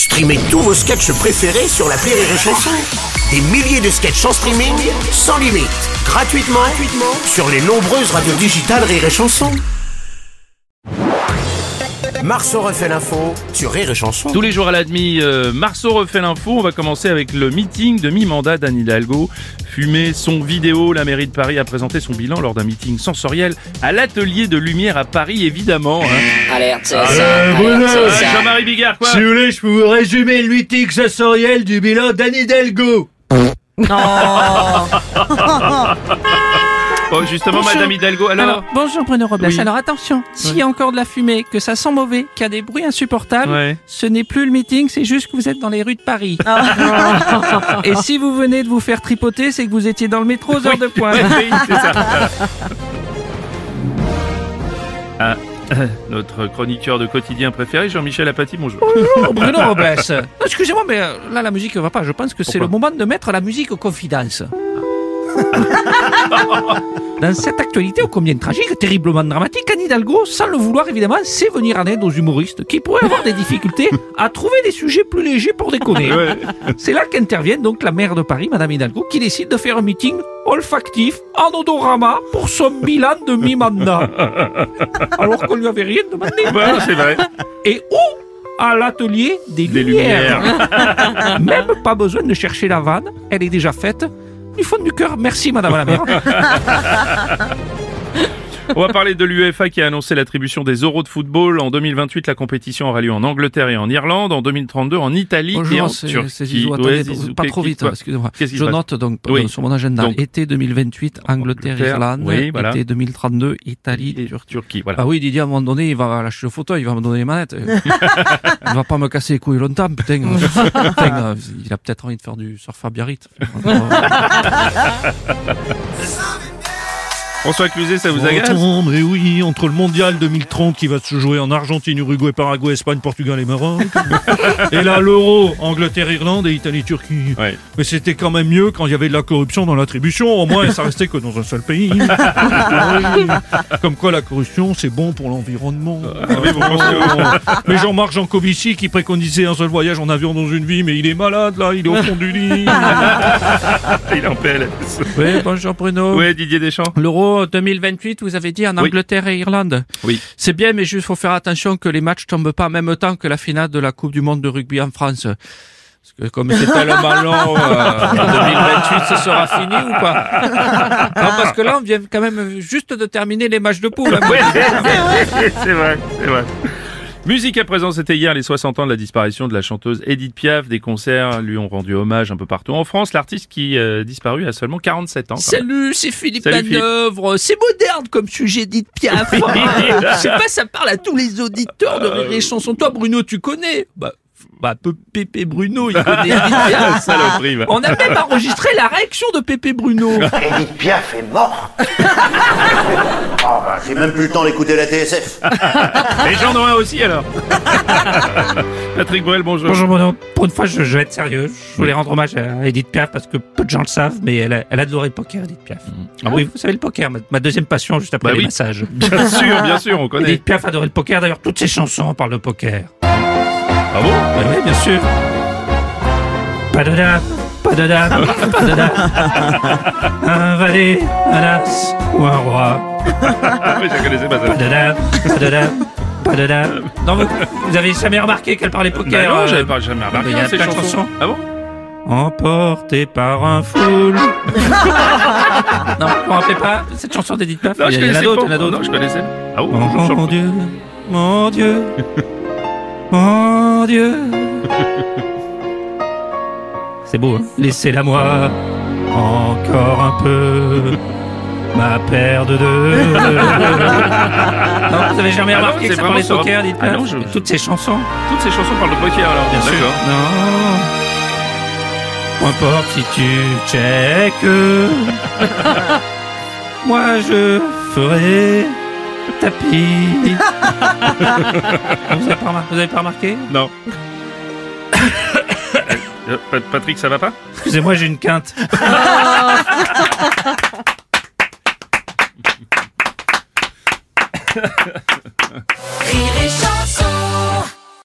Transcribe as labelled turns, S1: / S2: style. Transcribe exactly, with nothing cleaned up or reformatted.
S1: Streamez tous vos sketchs préférés sur l'appli Rire et Chanson. Des milliers de sketchs en streaming, sans limite, gratuitement, gratuitement sur les nombreuses radios digitales Rire et Chanson. Marceau refait l'info sur Rire et Chanson.
S2: Tous les jours à la demi, euh, Marceau refait l'info. On va commencer avec le meeting de mi-mandat d'Anne Hidalgo. Fumée, son vidéo, la mairie de Paris a présenté son bilan lors d'un meeting sensoriel à l'atelier de lumière à Paris, évidemment. Hein.
S3: Alerte, c'est
S2: Ah,
S3: ça.
S2: euh,
S3: Alerte,
S2: Bruno,
S3: c'est ça.
S2: Jean-Marie Bigard, quoi.
S4: Si vous voulez, je peux vous résumer le meeting sensoriel du bilan d'Anne Hidalgo.
S2: Oh, justement,
S5: Bonjour.
S2: Madame Hidalgo, alors,
S5: Alors, bonjour Bruno Robles.
S2: Oui.
S5: Alors attention, s'il y a encore de la fumée, que ça sent mauvais, qu'il y a des bruits insupportables,
S2: Ouais.
S5: ce n'est plus le meeting, c'est juste que vous êtes dans les rues de Paris. Et si vous venez de vous faire tripoter, c'est que vous étiez dans le métro aux heures de pointe.
S2: Oui, c'est ça. Voilà. Ah, euh, notre chroniqueur de quotidien préféré, Jean-Michel Apathy, bonjour.
S5: Bonjour Bruno Robles. Non, excusez-moi, mais euh, là la musique va pas. Je pense que c'est
S2: Pourquoi
S5: le moment de mettre la musique aux confidences. Dans cette actualité ô combien tragique, terriblement dramatique, Anne Hidalgo, sans le vouloir évidemment, sait venir en aide aux humoristes qui pourraient avoir des difficultés à trouver des sujets plus légers pour déconner.
S2: Ouais.
S5: C'est là qu'intervient donc la maire de Paris, Madame Hidalgo, qui décide de faire un meeting olfactif en odorama pour son bilan de mi-mandat. Alors qu'on lui avait rien demandé.
S2: Bon, c'est vrai.
S5: Et où à l'atelier des,
S2: Des
S5: lumières.
S2: lumières.
S5: Même pas besoin de chercher la vanne, elle est déjà faite. Du fond du cœur, merci Madame la maire.
S2: On va parler de l'UEFA qui a annoncé l'attribution des euros de football. En deux mille vingt-huit, la compétition aura lieu en Angleterre et en Irlande. En deux mille trente-deux, en Italie et en
S5: Bonjour, c'est
S2: Turquie.
S5: c'est Zizou.
S2: Ouais,
S5: Attendez,
S2: Zizou,
S5: pas
S2: qu'est-
S5: trop vite,
S2: quoi
S5: excusez-moi.
S2: Qu'est-ce qui
S5: Je
S2: se passe
S5: note donc
S2: Oui.
S5: euh, sur mon agenda.
S2: Donc.
S5: Été deux mille vingt-huit, Angleterre,
S2: Angleterre,
S5: Irlande.
S2: oui, voilà.
S5: Été deux mille trente-deux, Italie,
S2: Et
S5: Turquie.
S2: Turquie, voilà.
S5: Ah oui, Didier, à un moment donné, il va lâcher le fauteuil, il va me donner les manettes. Il va pas me casser les couilles longtemps, putain. Putain, euh, il a peut-être envie de faire du surf à Biarritz.
S2: François Cluzet, ça vous agace?
S4: Attends, mais oui, entre le mondial deux mille trente qui va se jouer en Argentine, Uruguay, Paraguay, Espagne, Portugal et Maroc, et là l'euro, Angleterre, Irlande et Italie, Turquie.
S2: Ouais.
S4: Mais c'était quand même mieux quand il y avait de la corruption dans l'attribution, au moins ça restait que dans un seul pays. Ah oui. Comme quoi la corruption c'est bon pour l'environnement.
S2: Ah oui, vous pensez au-
S4: Mais Jean-Marc Jancovici qui préconisait un seul voyage en avion dans une vie, mais il est malade là, il est au fond du lit.
S2: Il est en P L S.
S5: Oui, bonjour Bruno.
S2: Ouais, Didier Deschamps.
S5: L'Euro deux mille vingt-huit, vous avez dit en
S2: Oui.
S5: Angleterre et Irlande.
S2: Oui.
S5: C'est bien, mais juste faut faire attention que les matchs tombent pas en même temps que la finale de la Coupe du Monde de rugby en France. Parce que comme c'est tellement long, euh, en deux mille vingt-huit, ce sera fini ou pas? Non, parce que là, on vient quand même juste de terminer les matchs de poule. hein.
S2: Ouais, c'est vrai, c'est vrai. Musique à présent, c'était hier les soixante ans de la disparition de la chanteuse Edith Piaf. Des concerts lui ont rendu hommage un peu partout en France. L'artiste qui euh, disparu a seulement quarante-sept ans. quand même.
S5: Salut, c'est Philippe
S2: Salut, Philippe.
S5: Manœuvre. C'est moderne comme sujet, dites Piaf. Je sais pas, ça parle à tous les auditeurs de Rire et Chanson. Toi, Bruno, tu connais? Bah, bah peu- Pépé Bruno, il connaît Edith Piaf.
S2: Saloperie, va.
S5: On a même enregistré la réaction de Pépé Bruno.
S6: Edith Piaf est morte. Oh, bah, j'ai même plus le temps d'écouter la T S F.
S2: Et Jean Noin aussi alors. Patrick Bruel, bonjour.
S5: Bonjour Bruno, pour une fois je, je vais être sérieux, je voulais rendre hommage à Edith Piaf parce que peu de gens le savent, mais elle, a, elle adorait le poker, Edith Piaf.
S2: Ah bon
S5: Oui, vous savez le poker, ma, ma deuxième passion juste après
S2: Bah
S5: les
S2: oui.
S5: massages.
S2: Bien sûr, bien sûr, on connaît.
S5: Edith Piaf adorait le poker, d'ailleurs toutes ses chansons parlent de poker.
S2: Ah bon?
S5: Oui, oui, bien sûr. Pas de dame, pas de dame, pas de dame. Un valet, un as ou un roi.
S2: Oui, je connaissais pas
S5: Pas
S2: ça.
S5: de dame, pas de dame, pas de dame. Non, vous, vous avez jamais remarqué qu'elle parlait poker?
S2: Bah non,
S5: euh,
S2: j'avais pas jamais remarqué
S5: il y a
S2: ces
S5: plein de
S2: chansons.
S5: chansons.
S2: Ah bon?
S5: Emporté par un foule. Non, vous vous rappelez pas cette chanson d'Edith Piaf?
S2: Non,
S5: Il
S2: je
S5: y en a
S2: connaissais
S5: d'autres,
S2: pas.
S5: il y en a d'autres.
S2: Non, je connaissais. Ah bon?
S5: Oh,
S2: Sur-
S5: mon Dieu, mon Dieu, mon Dieu. C'est beau, hein? Laissez-la moi encore un peu, ma paire de deux. Non, vous avez jamais
S2: Ah non,
S5: remarqué
S2: c'est
S5: que ça
S2: vraiment
S5: parlait
S2: ça.
S5: poker, Edith
S2: Ah
S5: Piaf?
S2: non, je-
S5: Toutes ces chansons.
S2: Toutes ces chansons parlent de poker alors.
S5: Bien sûr.
S2: D'accord.
S5: Non. Peu importe si tu check. Moi je ferai tapis. vous, avez pas remarqué, vous avez pas remarqué?
S2: Non. Euh, Pa- Patrick, ça va pas?
S5: Excusez-moi, j'ai une quinte.